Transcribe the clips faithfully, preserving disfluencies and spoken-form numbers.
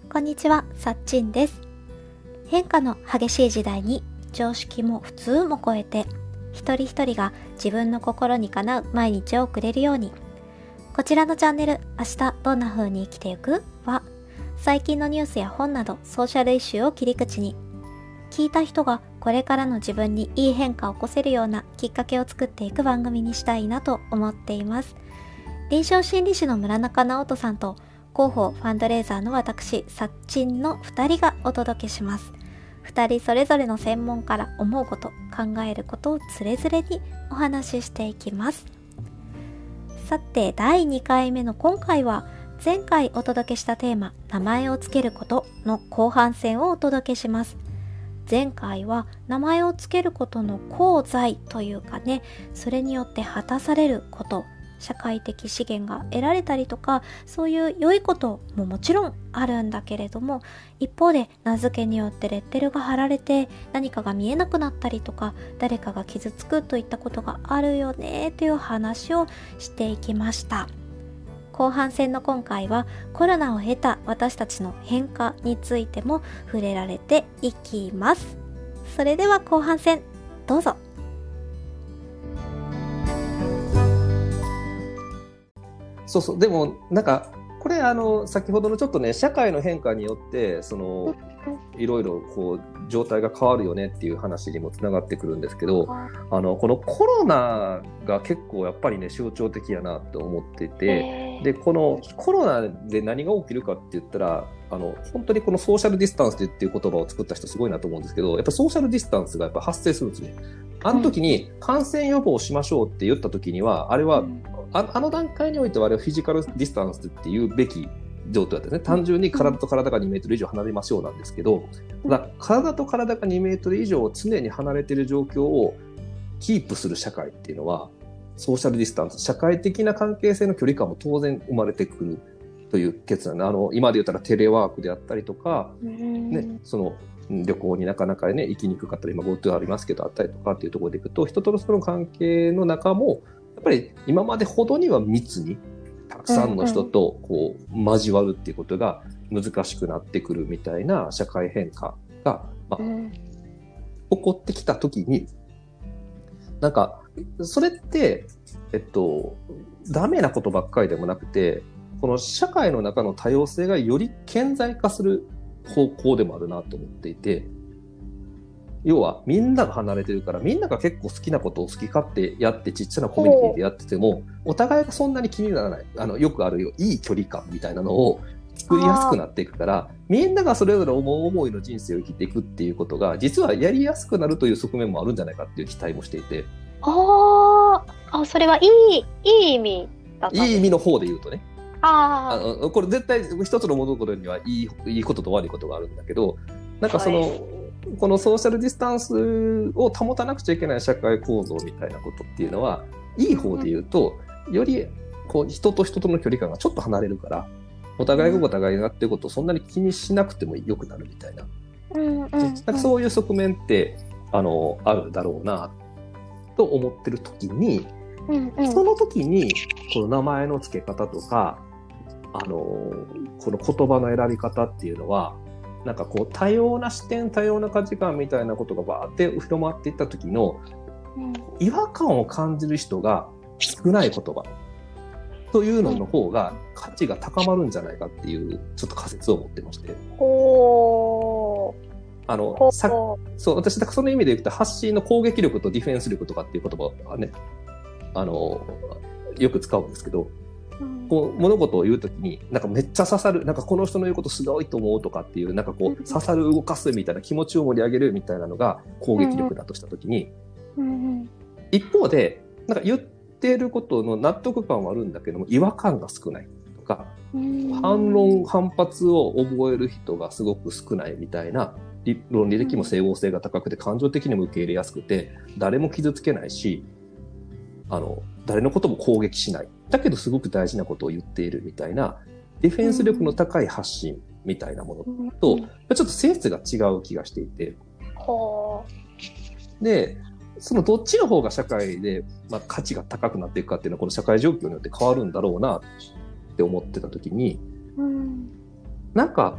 こんにちは、さっちんです。変化の激しい時代に常識も普通も超えて、一人一人が自分の心にかなう毎日を送れるように。こちらのチャンネル、明日どんな風に生きていくは、最近のニュースや本などソーシャルイシューを切り口に、聞いた人がこれからの自分にいい変化を起こせるようなきっかけを作っていく番組にしたいなと思っています。臨床心理士の村中直人さんと広報ファンドレーザーの私、さっちんのふたりがお届けします。ふたりそれぞれの専門から思うこと、考えることをつれづれにお話ししていきます。さて、だいにかいめの今回は、前回お届けしたテーマ、名前をつけることの後半戦をお届けします。前回は名前をつけることの功罪というかね、それによって果たされること、社会的資源が得られたりとか、そういう良いことももちろんあるんだけれども、一方で名付けによってレッテルが貼られて何かが見えなくなったりとか、誰かが傷つくといったことがあるよねという話をしていきました。後半戦の今回はコロナを経た私たちの変化についても触れられていきます。それでは後半戦どうぞ。 そうそう、でもなんかこれあの先ほどのちょっとね、社会の変化によってそのいろいろこう状態が変わるよねっていう話にもつながってくるんですけど、あのこのコロナが結構やっぱりね象徴的やなと思ってて、でこのコロナで何が起きるかって言ったら、あの本当にこのソーシャルディスタンスっていう言葉を作った人すごいなと思うんですけど、やっぱソーシャルディスタンスがやっぱ発生するんですね。あの時に感染予防しましょうって言った時には、あれはああの段階においてはあれはフィジカルディスタンスっていうべき状態だったんですね。単純に体と体がにメートル以上離れましょうなんですけど、ただ体と体がにメートル以上常に離れている状況をキープする社会っていうのは、ソーシャルディスタンス、社会的な関係性の距離感も当然生まれてくるという結論。あの今で言ったらテレワークであったりとか、ね、その旅行になかなかね行きにくかったり、今 GoTo ありますけどあったりとかっていうところでいくと、人とのその関係の中もやっぱり今までほどには密にたくさんの人とこう交わるっていうことが難しくなってくるみたいな社会変化が、まあ、起こってきた時に、なんかそれってえっとダメなことばっかりでもなくて、この社会の中の多様性がより顕在化する方向でもあるなと思っていて、要はみんなが離れてるから、みんなが結構好きなことを好き勝手やってちっちゃなコミュニティでやってても、お互いがそんなに気にならない、あのよくあるよいい距離感みたいなのを作りやすくなっていくから、みんながそれぞれ思う思いの人生を生きていくっていうことが実はやりやすくなるという側面もあるんじゃないかっていう期待もしていて。 ああ、それはいいいい意味だったんです。 いい意味の方で言うとね。 ああのこれ絶対一つの物事にはいい、いいことと悪いことがあるんだけど、なんかその、はい、このソーシャルディスタンスを保たなくちゃいけない社会構造みたいなことっていうのは、いい方で言うと、うん、よりこう人と人との距離感がちょっと離れるから、お互いがお互いがやってることをそんなに気にしなくてもよくなるみたいな、うんうんうん、なんかそういう側面ってあのあるだろうなと思ってる時に、うんうん、その時にこの名前の付け方とか、あのこの言葉の選び方っていうのは、なんかこう多様な視点、多様な価値観みたいなことがバーって広まっていった時の、うん、違和感を感じる人が少ない言葉というのの方が価値が高まるんじゃないかっていうちょっと仮説を持ってまして、ほーあのさそう私だからその意味で言うと、発信の攻撃力とディフェンス力とかっていう言葉はね、あのよく使うんですけど、こう物事を言うときになんかめっちゃ刺さる、なんかこの人の言うことすごいと思うとかっていう、なんかこう刺さる、動かすみたいな、気持ちを盛り上げるみたいなのが攻撃力だとしたときに、一方でなんか言ってることの納得感はあるんだけども違和感が少ないとか、反論反発を覚える人がすごく少ないみたいな、論理的も整合性が高くて感情的にも受け入れやすくて、誰も傷つけないし、あの誰のことも攻撃しない、だけどすごく大事なことを言っているみたいな、ディフェンス力の高い発信みたいなものと、ちょっと性質が違う気がしていて、でそのどっちの方が社会で、まあ、価値が高くなっていくかっていうのは、この社会状況によって変わるんだろうなって思ってた時に、なんか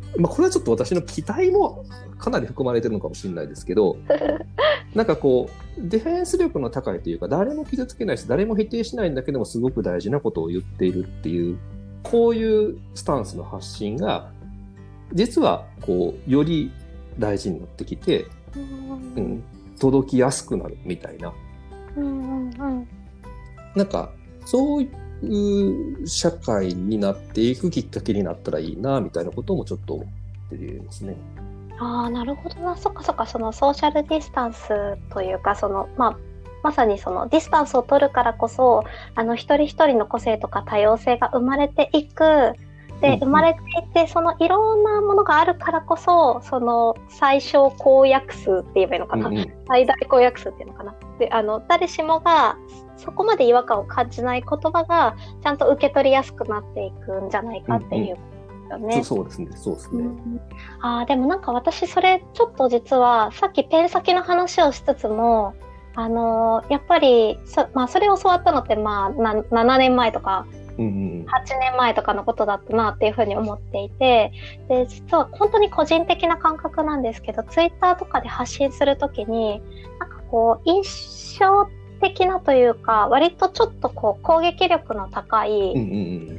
まあ、これはちょっと私の期待もかなり含まれてるのかもしれないですけどなんかこうディフェンス力の高いというか誰も傷つけないし誰も否定しないんだけどもすごく大事なことを言っているっていうこういうスタンスの発信が実はこうより大事になってきて、うん、届きやすくなるみたいな、 うんうんうん、 なんかそういう社会になっていくきっかけになったらいいなみたいなこともちょっと思ってるんですね。 ああ、なるほどな。そっかそっか。そのソーシャルディスタンスというか、そのまあまさにそのディスタンスを取るからこそ、あの一人一人の個性とか多様性が生まれていく。で、生まれていて、そのいろんなものがあるからこそ、その最小公約数って言えばいいのかな、うんうん、最大公約数っていうのかな。で、あの誰しもがそこまで違和感を感じない言葉がちゃんと受け取りやすくなっていくんじゃないかっていうことですよね。 そうですね、そうですね。うん、 あ、でもなんか私それちょっと実はさっきペン先の話をしつつも、あのー、やっぱりそ、まあ、それを教わったのってまあなななねんまえとか。はちねんまえとかのことだったなっていうふうに思っていて、で実は本当に個人的な感覚なんですけど、ツイッターとかで発信するときになんかこう印象的なというか割とちょっとこう攻撃力の高い、うんうんうん、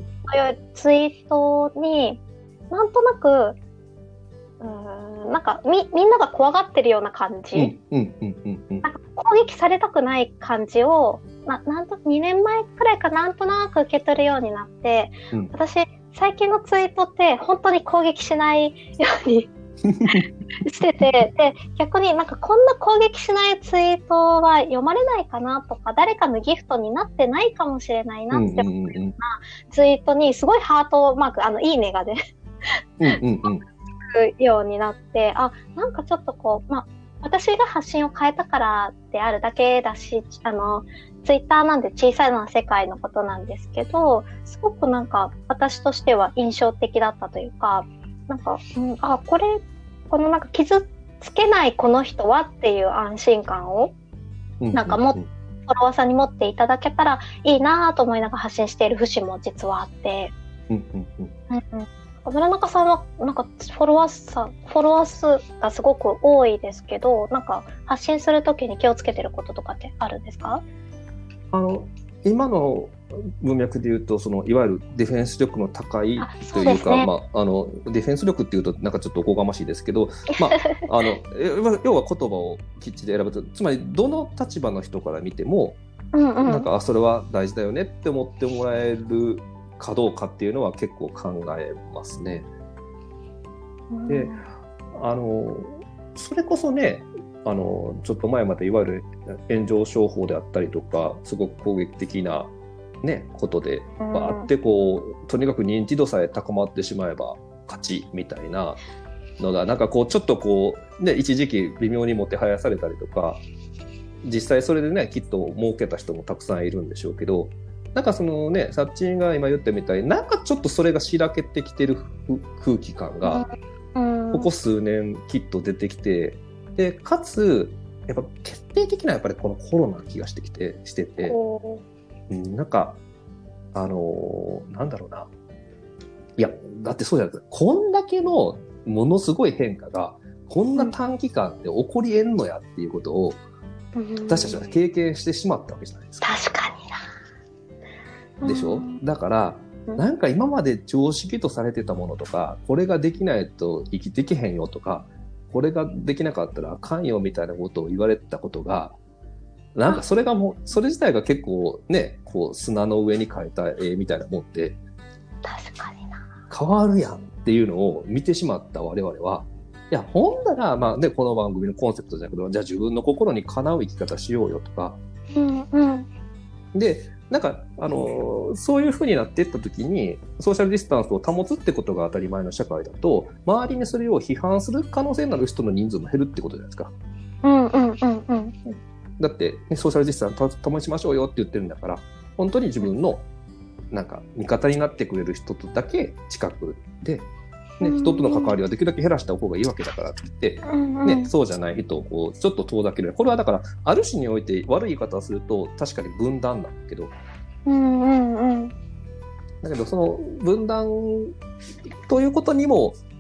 そういうツイートになんとなくうーんなんか み, みんなが怖がってるような感じ、うんうんうんうん、なんか攻撃されたくない感じをななんとにねんまえくらいかなんとなく受け取るようになって、うん、私最近のツイートって本当に攻撃しないようにしてて、で逆になんかこんな攻撃しないツイートは読まれないかなとか誰かのギフトになってないかもしれないなって思うようなツイートにすごいハートマーク、あのいいねがでうんうんうんようになって、あ、なんかちょっとこう、まあ、私が発信を変えたからであるだけだし、あの、ツイッターなんで小さいのは世界のことなんですけど、すごくなんか私としては印象的だったというか、なんか、うん、あ、これ、このなんか傷つけないこの人はっていう安心感を、なんかも、フォロワーさんに持っていただけたらいいなと思いながら発信している節も実はあって、うんうんうん村中さんはなんかフォロワーさフォロワー数がすごく多いですけど、なんか発信するときに気をつけてることとかってあるんですか？ あの今の文脈で言うとそのいわゆるディフェンス力の高いというか、ね、まあ、あのディフェンス力っていうとなんかちょっとおこがましいですけど、まあ、あの要は言葉をきっちり選ぶと、つまりどの立場の人から見ても、うんうん、なんかそれは大事だよねって思ってもらえるかどうかっていうのは結構考えますね。で、あのそれこそね、あのちょっと前までいわゆる炎上商法であったりとかすごく攻撃的な、ね、ことであってこうとにかく認知度さえ高まってしまえば勝ちみたいなのがなんかこうちょっとこう、ね、一時期微妙にもてはやされたりとか、実際それでねきっと儲けた人もたくさんいるんでしょうけど、なんかそのね、サッチンが今言ったみたいになんかちょっとそれがしらけてきてる空気感がここ数年きっと出てきて、でかつやっぱ決定的なやっぱりこのコロナな気がしてきてしてて、うん、なんかあのー、なんだろうな、いやだってそうじゃないですか、こんだけのものすごい変化がこんな短期間で起こりえんのやっていうことを私たちは経験してしまったわけじゃないですか。 確かにでしょ。だからなんか今まで常識とされてたものとか、これができないと生きてけへんよとか、これができなかったらあかんよみたいなことを言われたことが、なんかそれがもうそれ自体が結構ね、こう砂の上に描いた絵みたいなもんで確かにな変わるやんっていうのを見てしまった我々は、いやほんならまあね、この番組のコンセプトじゃなくて、じゃあ自分の心にかなう生き方しようよとか、うんうん、でなんか、あのー、そういう風になっていった時にソーシャルディスタンスを保つってことが当たり前の社会だと、周りにそれを批判する可能性のある人の人数も減るってことじゃないですか。うんうんうんうん。だって、ね、ソーシャルディスタンスを保ちましょうよって言ってるんだから、本当に自分のなんか味方になってくれる人とだけ近くで、ね、人との関わりはできるだけ減らした方がいいわけだからって言って、うんうんね、そうじゃない人をこうちょっと遠ざける。これはだからある種において悪い言い方をすると確かに分断なんだけど、うんうんうん、だけどその分断ということにも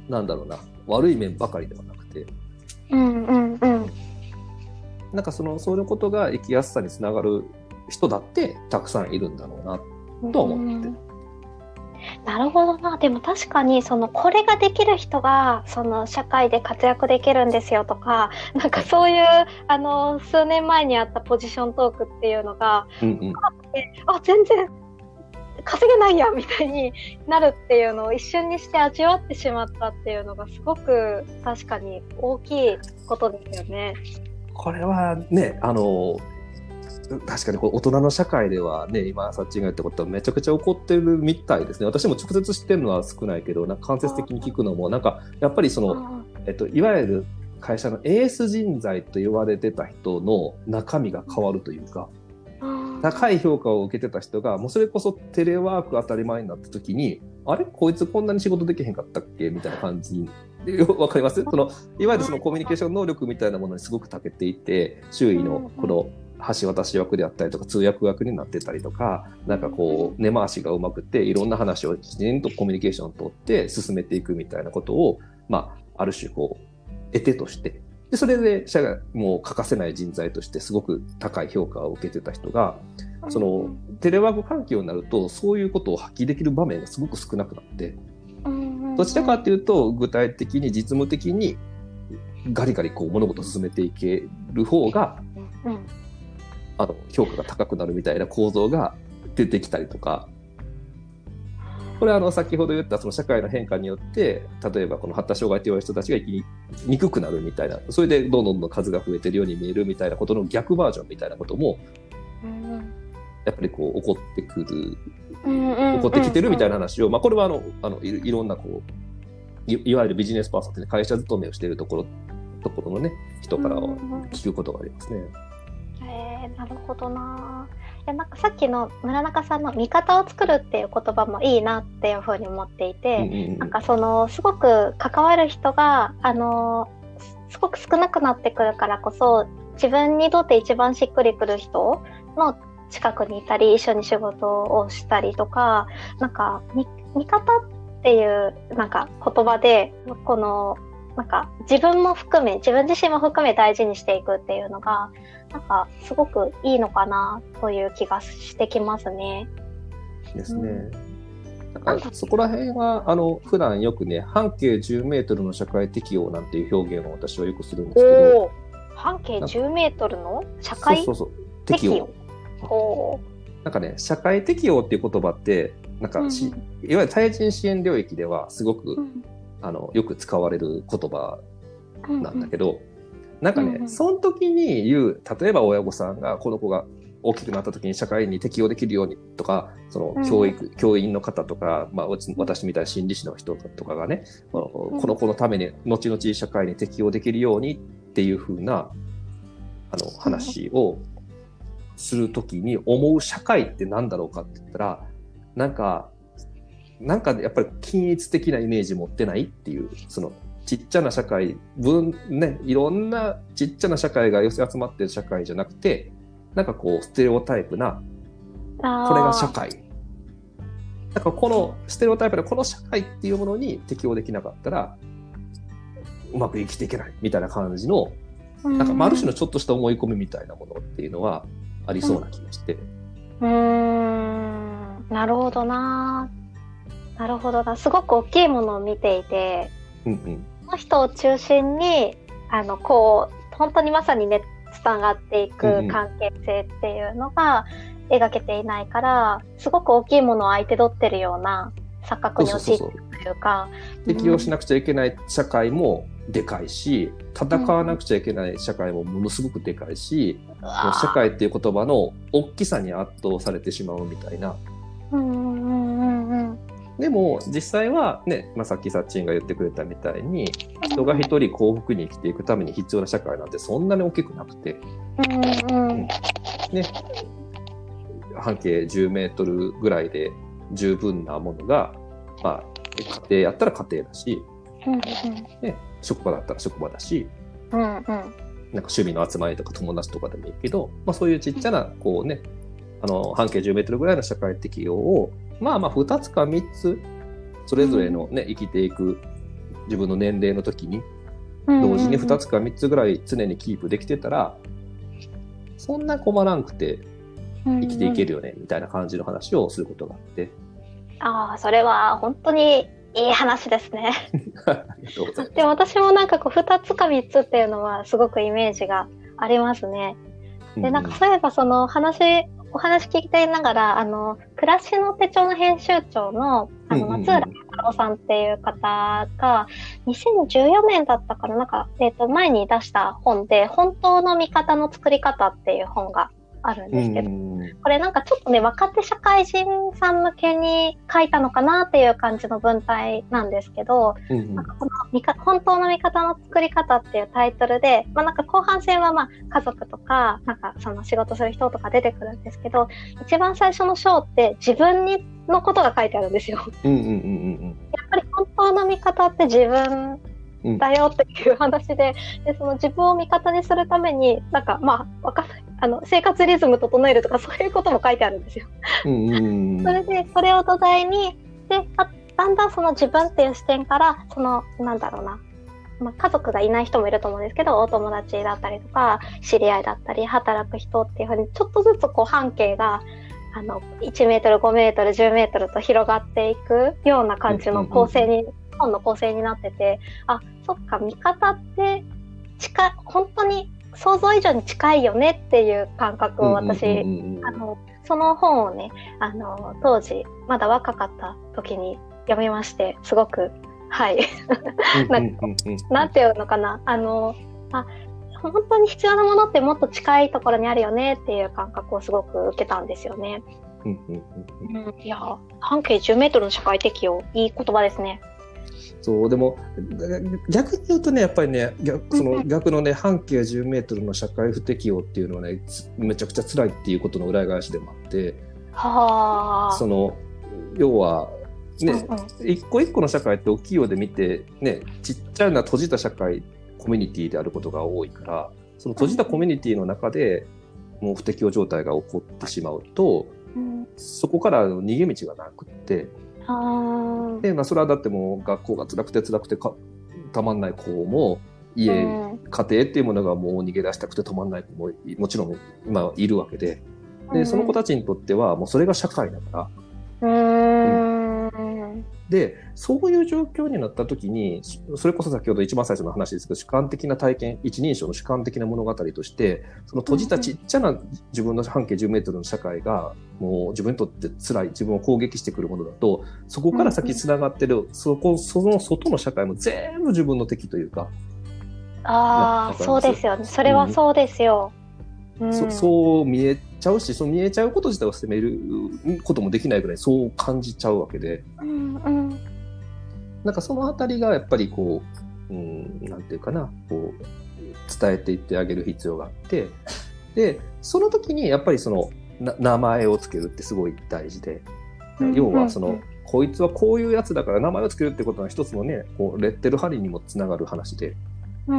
なんだろうな、悪い面ばかりではなくて、 うんうんうん。 なんかそのそういうことが生きやすさにつながる人だってたくさんいるんだろうなとは思って、 うん、なるほどな。でも確かにそのこれができる人がその社会で活躍できるんですよとか、なんかそういうあの数年前にあったポジショントークっていうのが、 うんうん、 あ、全然稼げないやみたいになるっていうのを一瞬にして味わってしまったっていうのがすごく確かに大きいことですよね。 これはね、あの確かにこう大人の社会ではね、今さっちが言ったことはめちゃくちゃ起こってるみたいですね。私も直接知ってるのは少ないけど、なんか間接的に聞くのもなんかやっぱりその、えっと、いわゆる会社のエース人材と言われてた人の中身が変わるというか、高い評価を受けてた人がもうそれこそテレワーク当たり前になった時に、あれこいつこんなに仕事できへんかったっけみたいな感じにわかります？そのいわゆるそのコミュニケーション能力みたいなものにすごく長けていて、周囲のこの橋渡し役であったりとか通訳役になってたりとか、なんかこう根回しがうまくていろんな話をきちんとコミュニケーションを取って進めていくみたいなことを、まあ、ある種こう得手として、でそれで社がもう欠かせない人材としてすごく高い評価を受けてた人が、そのテレワーク環境になるとそういうことを発揮できる場面がすごく少なくなって、どちらかというと具体的に実務的にガリガリこう物事を進めていける方が、うん、あの評価が高くなるみたいな構造が出てきたりとか、これはあの先ほど言ったその社会の変化によって例えばこの発達障害と言われる人たちが生きにくくなるみたいな、それでどんどんどん数が増えてるように見えるみたいなことの逆バージョンみたいなこともやっぱりこう起こってくる、起こってきてるみたいな話を、まあ、これはあのあの い, いろんなこう い, いわゆるビジネスパーソンって、ね、会社勤めをしているところところのね人から聞くことがありますね。 えー、なるほどな。いや、なんかさっきの村中さんの味方を作るっていう言葉もいいなっていうふうに思っていて、うんうんうん、なんかそのすごく関わる人があのすごく少なくなってくるからこそ、自分にとって一番しっくりくる人の近くにいたり一緒に仕事をしたりとか、なんか味方っていうなんか言葉でこのなんか自分も含め自分自身も含め大事にしていくっていうのがなんかすごくいいのかなという気がしてきますね。 ですね。うん、なんかそこら辺はあの普段よくね、半径じゅうメートルの社会適応なんていう表現を私はよくするんですけど、 半径じゅうメートルの社会そうそうそう適応。ほう。なんかね、社会適応っていう言葉ってなんか、うん、いわゆる対人支援領域ではすごく、うん、あのよく使われる言葉なんだけど、うんうん、なんかね、うんうん、その時に言う、例えば親御さんがこの子が大きくなった時に社会に適応できるようにとか、その教育、うん、教員の方とか、まあ、私みたいな心理師の人とかがね、うん、この子のために後々社会に適応できるようにっていう風なあの話をする時に思う社会って何だろうかって言ったら、なんかなんかやっぱり均一的なイメージ持ってないっていう、そのちっちゃな社会分ね、いろんなちっちゃな社会が寄せ集まってる社会じゃなくて、なんかこうステレオタイプなこれが社会、なんかこのステレオタイプなこの社会っていうものに適応できなかったらうまく生きていけないみたいな感じの、なんかある種のちょっとした思い込みみたいなものっていうのはありそうな気がして、 うーん、なるほどな。なるほどな。すごく大きいものを見ていて、うんうん、その人を中心にあのこう本当にまさにねつながっていく関係性っていうのが描けていないから、すごく大きいものを相手取ってるような錯覚に陥っているというか、 適応しなくちゃいけない社会もでかいし、戦わなくちゃいけない社会もものすごくでかいし、うん、社会っていう言葉の大きさに圧倒されてしまうみたいな。うんうんうんうん、でも実際はね、まあ、さっきさっちんが言ってくれたみたいに、人が一人幸福に生きていくために必要な社会なんてそんなに大きくなくて、うんうんね、半径じゅうメートルぐらいで十分なものが、まあ、家庭やったら家庭だし、うんうんね、職場だったら職場だし、うんうん、なんか趣味の集まりとか友達とかでもいいけど、まあ、そういうちっちゃなこうね、あの半径じゅうメートルぐらいの社会適応をまあまあふたつかみっつそれぞれのね、うん、生きていく自分の年齢の時に同時にふたつかみっつぐらい常にキープできてたら、そんな困らんくて生きていけるよねみたいな感じの話をすることがあって、 ああ、それは本当にいい話ですね。 ありがとうございます。 でも私もなんかこうふたつかみっつっていうのはすごくイメージがありますね。で、なんかそういえばその話、お話聞いてながら、あの、暮らしの手帳の編集長の、あの、松浦太郎さんっていう方が、にせんじゅうよねんだったかな、なんか、えっと、前に出した本で、本当の味方の作り方っていう本があるんですけど、これなんかちょっとね、若手社会人さん向けに書いたのかなっていう感じの文体なんですけど、うんうん、なんかこの味方本当の味方の作り方っていうタイトルで、まあなんか後半戦はまあ家族とか、なんかその仕事する人とか出てくるんですけど、一番最初の章って自分にのことが書いてあるんですよ。うんうんうんうん、やっぱり本当の味方って自分だよっていう話で、で、その自分を味方にするために、なんかまあわかんない。あの、生活リズム整えるとかそういうことも書いてあるんですよ。うんうん、それで、それを土台に、で、だんだんその自分っていう視点から、その、なんだろうな、まあ、家族がいない人もいると思うんですけど、お友達だったりとか、知り合いだったり、働く人っていうふうに、ちょっとずつこう半径が、あの、いちメートル、ごメートル、じゅうメートルと広がっていくような感じの構成に、本の構成になってて、あ、そっか、味方って近い、本当に、想像以上に近いよねっていう感覚を私、あの、その本をね、あの、当時、まだ若かった時に読みまして、すごく、はい。なんか、なんていうのかな、あの、あ、本当に必要なものってもっと近いところにあるよねっていう感覚をすごく受けたんですよね。うん、いや、半径じゅうメートルの社会適用、いい言葉ですね。 そうでも逆に言うとね、やっぱりね、逆その逆のね、半径じゅうメートルの社会不適応っていうのはね、めちゃくちゃ辛いっていうことの裏返しでもあって、はその要はね、うんうん、一個一個の社会って大きいようで見てね、ちっちゃな閉じた社会コミュニティであることが多いから、その閉じたコミュニティの中でもう不適応状態が起こってしまうと、うん、そこから逃げ道がなくって、でまあ、それはだってもう学校が辛くて辛くてかたまんない子も家、うん、家庭っていうものがもう逃げ出したくてたまんない子ももちろん今いるわけで、で、うん、その子たちにとってはもうそれが社会だから、うんうん、でそういう状況になった時に、それこそ先ほど一番最初の話ですけど、主観的な体験、一人称の主観的な物語として、その閉じたちっちゃな自分の半径じゅうメートルの社会がもう自分にとって辛い、自分を攻撃してくるものだと、そこから先つながってる、うんうん、そこその外の社会も全部自分の敵というか。 ああ、そうですよね。それはそうですよ。 うん、そ, そう見えちゃうし、そう見えちゃうこと自体を責めることもできないぐらいそう感じちゃうわけで、うんうん、なんかそのあたりがやっぱりこう、うん、なんていうかな、こう伝えていってあげる必要があって、でその時にやっぱりそのな名前をつけるってすごい大事で、要はその、うんうんうん、こいつはこういうやつだから名前をつけるってことは一つのね、こうレッテル貼りにもつながる話で、うん、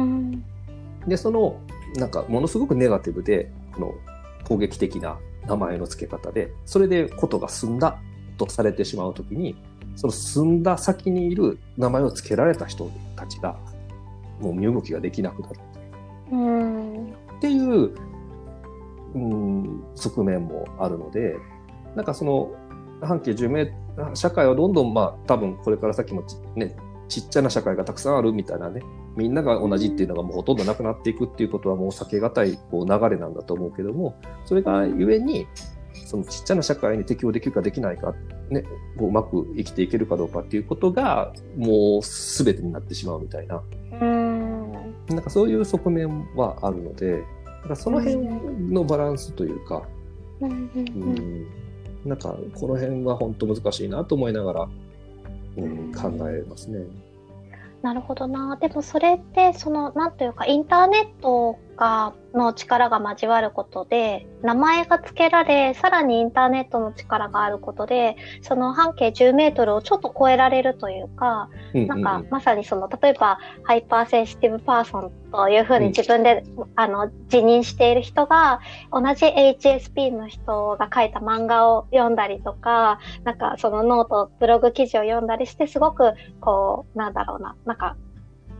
でそのなんかものすごくネガティブでこの攻撃的な名前の付け方で、それでことが済んだとされてしまうときに、その済んだ先にいる名前を付けられた人たちがもう身動きができなくなる、うん、っていう、うん、側面もあるので、なんかその半径じゅうメートル社会はどんどん、まあ多分これから先もね、ちっちゃな社会がたくさんあるみたいなね、みんなが同じっていうのがもうほとんどなくなっていくっていうことはもう避けがたいこう流れなんだと思うけども、それがゆえにそのちっちゃな社会に適応できるかできないか、ね、こううまく生きていけるかどうかっていうことがもう全てになってしまうみたいな、うん、なんかそういう側面はあるので、なんかその辺のバランスというか、うん、なんかこの辺は本当難しいなと思いながら、うん、考えますね。 なるほどな。でもそれってそのなんというかインターネットがの力が交わることで名前が付けられ、さらにインターネットの力があることで、その半径じゅうメートルをちょっと超えられるというか、うんうん、なんかまさにその例えばハイパーセンシティブパーソンというふうに自分で、うん、あの自認している人が同じ エイチエスピー の人が書いた漫画を読んだりとか、なんかそのノートブログ記事を読んだりして、すごくこうなんだろうな、なんか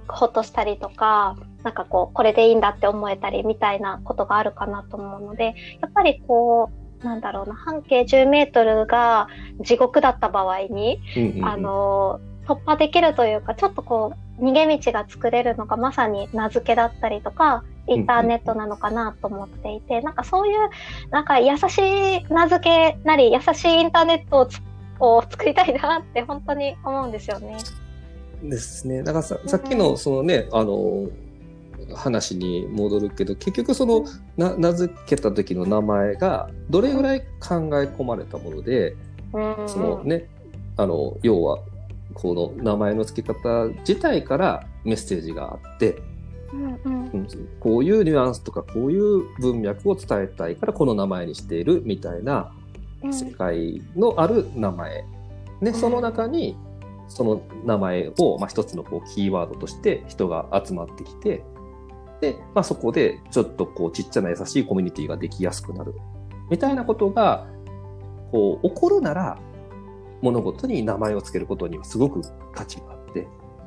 ほっとしたりとか、なんかこう、これでいいんだって思えたりみたいなことがあるかなと思うので、やっぱりこう、なんだろうな、半径じゅうメートルが地獄だった場合に、 うんうんうん、 あの、突破できるというか、ちょっとこう、逃げ道が作れるのがまさに名付けだったりとか、インターネットなのかなと思っていて、なんかそういう、なんか優しい名付けなり、優しいインターネットをつを作りたいなって本当に思うんですよね。 ですね。だからさ、さっきのそのね、あの、話に戻るけど、結局その、な、名付けた時の名前がどれぐらい考え込まれたもので、 うん、 そのね、あの、要は、この名前の付け方自体からメッセージがあって、 うんうん、 こういうニュアンスとかこういう文脈を伝えたいからこの名前にしているみたいな世界のある名前、うん、ね、その中にその名前を、まあ、一つのこうキーワードとして人が集まってきて、で、まあ、そこでちょっとこうちっちゃな優しいコミュニティができやすくなるみたいなことがこう起こるなら、物事に名前をつけることにはすごく価値があって、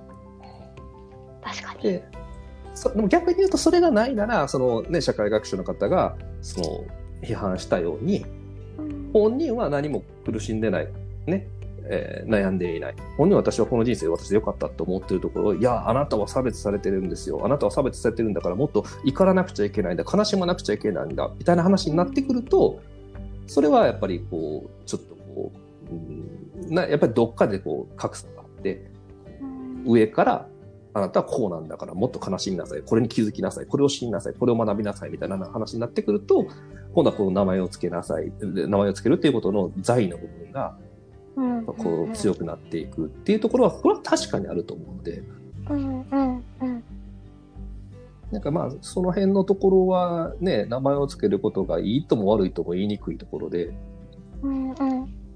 確かに。 でそでも逆に言うとそれがないなら、そのね、社会学者の方がその批判したように、本人は何も苦しんでない、ね、えー、悩んでいない。本人は私はこの人生私でよかったと思っているところを、いや、あなたは差別されてるんですよ。あなたは差別されてるんだからもっと怒らなくちゃいけないんだ。悲しまなくちゃいけないんだ。みたいな話になってくると、それはやっぱりこう、ちょっとこう、うん、なやっぱりどっかでこう格差があって、上からあなたはこうなんだからもっと悲しみなさい。これに気づきなさい。これを知りなさい。これを学びなさい。みたいな話になってくると、今度はこの名前をつけなさい。名前をつけるっていうことの財の部分が、こう強くなっていくっていうところは、これは確かにあると思うので。 うんうんうん。 なんかまあ、その辺のところはね、名前をつけることがいいとも悪いとも言いにくいところで。 うんうん。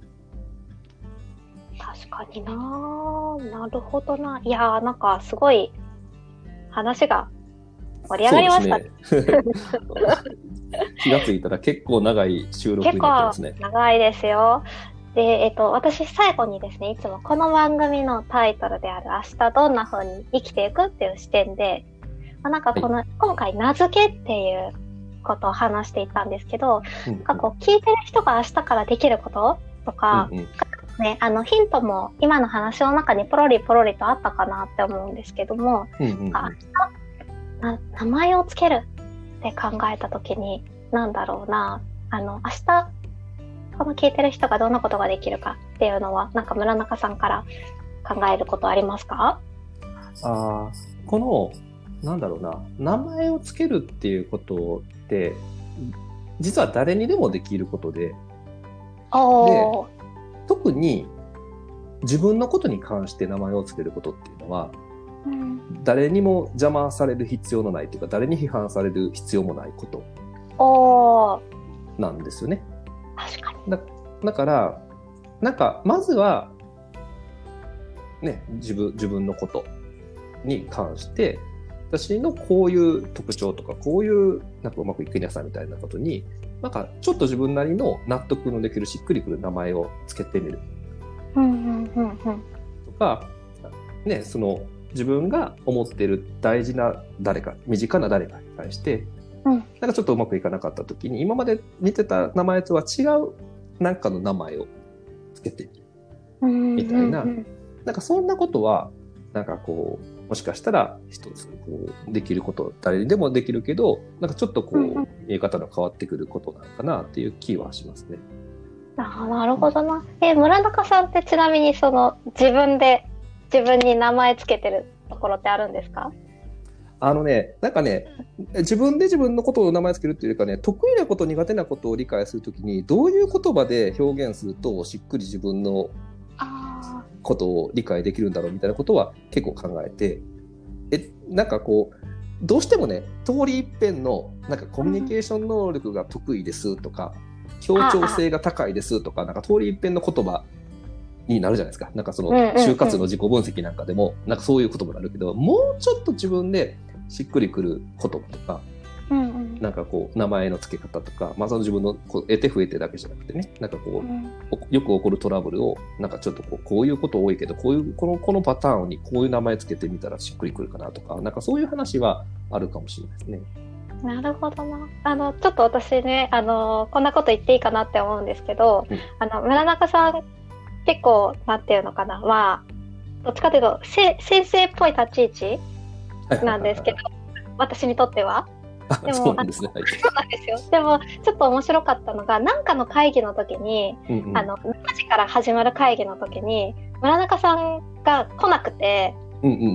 確かになぁ。なるほどな。いやー、なんかすごい話が盛り上がりました。 そうですね。気がついたら結構長い収録になってますね。 結構長いですよ。で、えっと、私最後にですね、いつもこの番組のタイトルである明日どんな風に生きていくっていう視点で、まあ、なんかこの、はい、今回名付けっていうことを話していたんですけど、うんうん、なんかこう聞いてる人が明日からできることとか、うんうんね、あのヒントも今の話の中にポロリポロリとあったかなって思うんですけども、うんうんうん、明日な名前をつけるって考えた時になんだろうな、あの明日この聞いてる人がどんなことができるかっていうのはなんか村中さんから考えることありますか？ あこのなんだろうな、名前をつけるっていうことって実は誰にでもできることで、 おーで特に自分のことに関して名前をつけることっていうのは、うん、誰にも邪魔される必要のないというか、誰に批判される必要もないことなんですよね。 確かに。 だ, だからなんかまずはね、自分自分のことに関して私のこういう特徴とかこういうなんかうまくいくにゃさみたいなことになんかちょっと自分なりの納得のできるしっくりくる名前をつけてみる、 うんうんうんうん、 とか、ね、その自分が思っている大事な誰か身近な誰かに対して、うん、なんかちょっとうまくいかなかった時に今まで見てた名前とは違うなんかの名前をつけてみるみたいな、うんうんうん、なんかそんなことはなんかこうもしかしたら一つこうできること、誰にでもできるけどなんかちょっとこう、うんうん、見え方の変わってくることなのかなっていう気はしますね。 あ、なるほどな。え、村中さんってちなみにその自分で自分に名前つけてるところってあるんですか？ あのね、なんかね、自分で自分のことを名前つけるっていうかね、得意なこと苦手なことを理解するときにどういう言葉で表現するとしっくり自分のことを理解できるんだろうみたいなことは結構考えて、えなんかこうどうしてもね、通り一遍のなんかコミュニケーション能力が得意ですとか、協調性が高いですとか、なんか通り一遍の言葉になるじゃないですか。なんかその就活の自己分析なんかでもなんかそういう言葉になるけど、もうちょっと自分でしっくりくる言葉とか、 うんうん、 なんかこう名前の付け方とか、まあ、その自分のこう得て増えてだけじゃなくてね、なんかこう、うん、よく起こるトラブルをなんかちょっとこうこういうこと多いけど、こういうこのこのパターンにこういう名前つけてみたらしっくりくるかなとか、なんかそういう話はあるかもしれないですね。 なるほどな。あのちょっと私ね、あのこんなこと言っていいかなって思うんですけど、うん、あの村中さん結構なんていうのかな、まあどっちかというとせ先生っぽい立ち位置なんですけど、私にとっては。 でもそうなんですね。はい、 そうなんですよ。でもちょっと面白かったのが、なんかの会議の時に、うんうん、あのしちじから始まる会議の時に村中さんが来なくて、うんうん、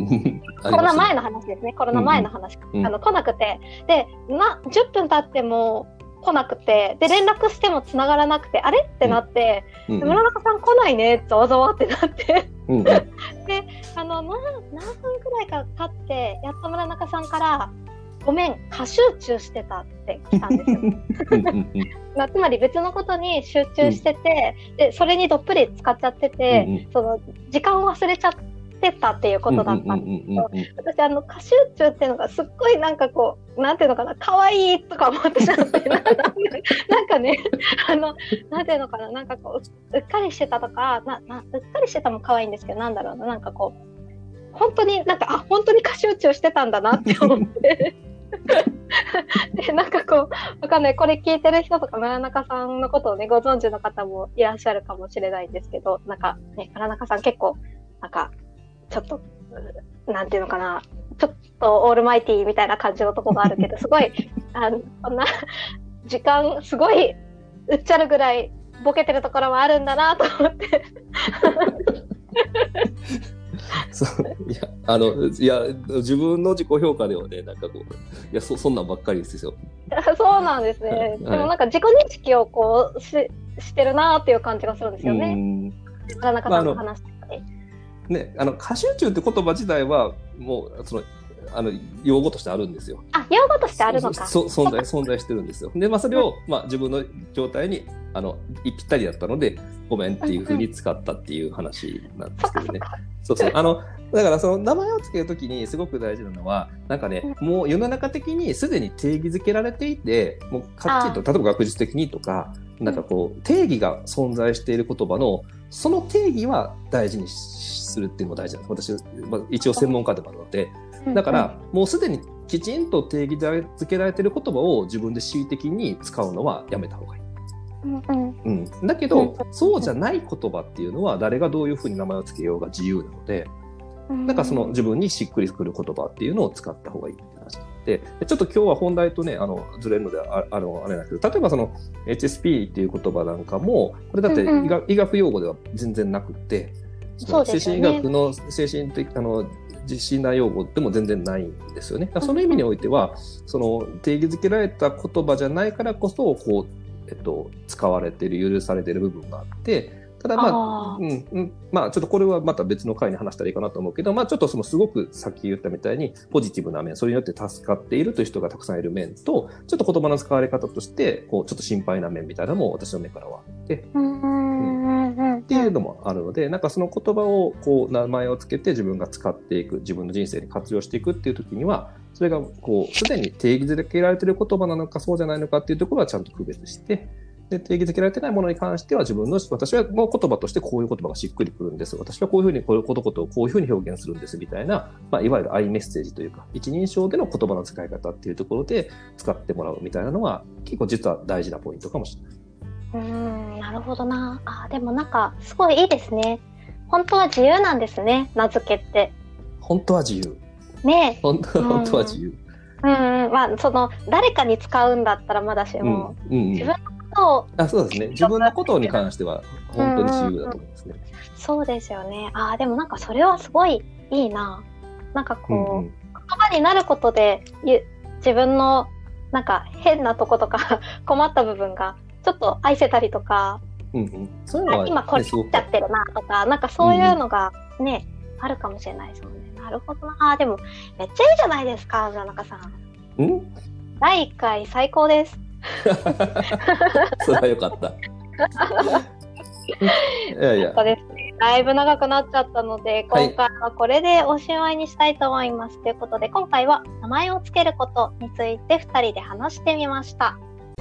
コロナ前の話ですね。コロナ前の話、うんうん、あの来なくて、でなじゅっぷん経っても来なくて、で連絡しても繋がらなくて、あれってなって、うんうん、村中さん来ないねざわざわってなってうん、うん、であの何分くらいか経ってやっと村中さんからごめん、過集中してたって来たんですよ。つまり別のことに集中してて、うん、でそれにどっぷり使っちゃってて、うんうん、その時間を忘れちゃってたっていうことだったんですけど、私あの過集中っていうのがすっごいなんかこうなんていうのかな、可愛いとか思ってしまってなんかね、あのなんていうのかな、なんかこううっかりしてたとか、ななうっかりしてたも可愛いんですけど、なんだろうな、なんかこう本当になんかあ本当に過集中してたんだなって思って。でなんかこうわかんない、これ聞いてる人とか村中さんのことをねご存知の方もいらっしゃるかもしれないんですけど、なんかね村中さん結構なんかちょっとなんていうのかな、ちょっとオールマイティーみたいな感じのとこがあるけど、すごいあのこんな時間すごいうっちゃるぐらいボケてるところもあるんだなと思ってそういやあのいや自分の自己評価ではね、なんかこういや そ, そんなんばっかりですよ。 そうなんですね、はい、でもなんか自己認識をこう し, してるなっていう感じがするんですよね。村中さんの話とかで、まあ、 ね、あの過集中って言葉自体はもうそのあの用語としてあるんですよ。 あ、用語としてあるのか。 そそ存在存在してるんですよ。で、まあ、それを、まあ、自分の状態にあのぴったりだったのでごめんっていう風に使ったっていう話なんですけどね。そうそう、あのだからその名前を付けるときにすごく大事なのはなんかね、うん、もう世の中的にすでに定義づけられていて、もうかっちりと例えば学術的にとかなんかこう定義が存在している言葉のその定義は大事にするっていうのも大事なんです。私、まあ、一応専門家でもあるので。だからもうすでにきちんと定義づけられている言葉を自分で恣意的に使うのはやめた方がいい。うんうんうん、だけど、うん、そうじゃない言葉っていうのは誰がどういうふうに名前を付けようが自由なので、うん、だからその自分にしっくりくる言葉っていうのを使った方がいいって話で、ちょっと今日は本題とねあのずれるので あ, あ, のあれなんですけど、例えばその エイチエスピー っていう言葉なんかもこれだって医 学,、うんうん、医学用語では全然なくて、 そうですよね、 精神医学の精神的あの診断用語でも全然ないんですよね。その意味においては、その定義づけられた言葉じゃないからこそこう、えっと、使われている許されている部分があって、ただまあ、うんうん、まあちょっとこれはまた別の回に話したらいいかなと思うけど、まあちょっとそのすごくさっき言ったみたいにポジティブな面、それによって助かっているという人がたくさんいる面と、ちょっと言葉の使われ方としてこうちょっと心配な面みたいなのも私の目からはあって。っていうのもあるので、なんかその言葉をこう名前をつけて自分が使っていく、自分の人生に活用していくっていう時には、それがこうすでに定義づけられている言葉なのかそうじゃないのかっていうところはちゃんと区別して、で定義づけられてないものに関しては自分の私はもう言葉としてこういう言葉がしっくりくるんです、私はこういうふうにこういうことことをこういうふうに表現するんですみたいな、まあ、いわゆるアイメッセージというか一人称での言葉の使い方っていうところで使ってもらうみたいなのは結構実は大事なポイントかもしれない。 うーん、なるほどなあ。でもなんかすごいいいですね。本当は自由なんですね、名付けって。 本当は自由ねえ、 本当は、本当は自由。 うん、うん、まあその誰かに使うんだったらまだしも、うんうんうん、自分のことをあそうですね、自分のことに関しては本当に自由だと思いますね。 うんうんうん、そうですよね。あでもなんかそれはすごいいいな。なんかこう、うんうん、言葉になることで自分のなんか変なとことか困った部分がちょっと愛せたりとか、 うんうん、そういうのは、ね、 今これしちゃってるなとか、なんかそういうのがね、うん、あるかもしれないですもんね。なるほどな。あでもめっちゃいいじゃないですか、村中さん。 ん？ だいいっかい最高です。 それはよかった。いやいや。 ですね、 だいぶ長くなっちゃったので、 はい今回はこれでおしまいにしたいと思います。ということで、今回は名前をつけることについてふたりで話してみました。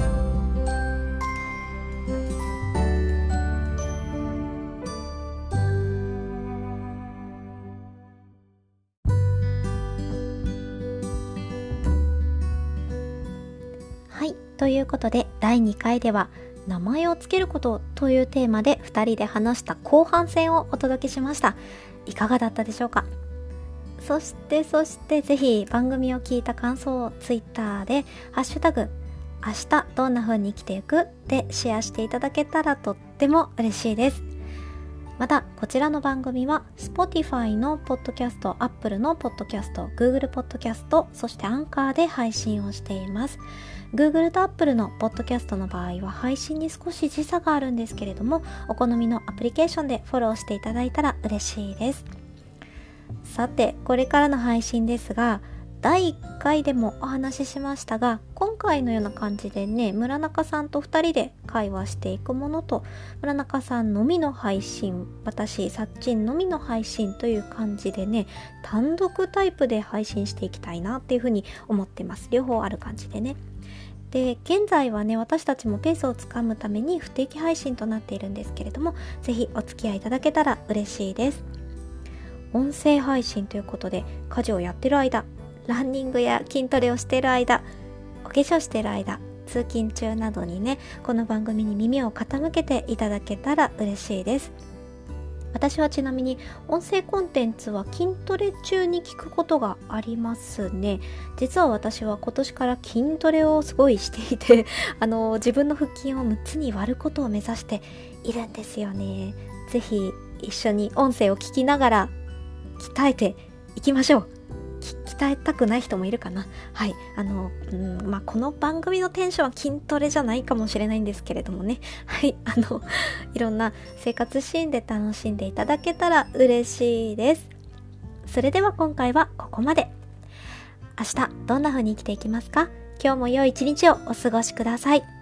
はい、ということでだいにかいでは名前をつけることというテーマでふたりで話した後半戦をお届けしました。いかがだったでしょうか。そしてそしてぜひ番組を聞いた感想をツイッターでハッシュタグ明日どんな風に生きていくでシェアしていただけたらとっても嬉しいです。またこちらの番組は Spotify のポッドキャスト、Apple のポッドキャスト、Google ポッドキャスト、そしてアンカーで配信をしています。Google と Apple のポッドキャストの場合は配信に少し時差があるんですけれども、お好みのアプリケーションでフォローしていただいたら嬉しいです。さてこれからの配信ですが、だいいっかいでもお話ししましたが、今回のような感じでね、村中さんとふたりで会話していくものと、村中さんのみの配信、私さっちんのみの配信という感じでね、単独タイプで配信していきたいなっていうふうに思ってます。両方ある感じでね。で、現在はね、私たちもペースをつかむために不定期配信となっているんですけれども、ぜひお付き合いいただけたら嬉しいです。音声配信ということで、家事をやってる間、ランニングや筋トレをしている間、お化粧している間、通勤中などにね、この番組に耳を傾けていただけたら嬉しいです。私はちなみに音声コンテンツは筋トレ中に聞くことがありますね。実は私は今年から筋トレをすごいしていてあの自分の腹筋をむっつに割ることを目指しているんですよね。ぜひ一緒に音声を聞きながら鍛えていきましょう。鍛えたくない人もいるかな。はい。あの、うん、まあ、この番組のテンションは筋トレじゃないかもしれないんですけれどもね。はい。あの、いろんな生活シーンで楽しんでいただけたら嬉しいです。それでは今回はここまで。明日どんな風に生きていきますか？今日も良い一日をお過ごしください。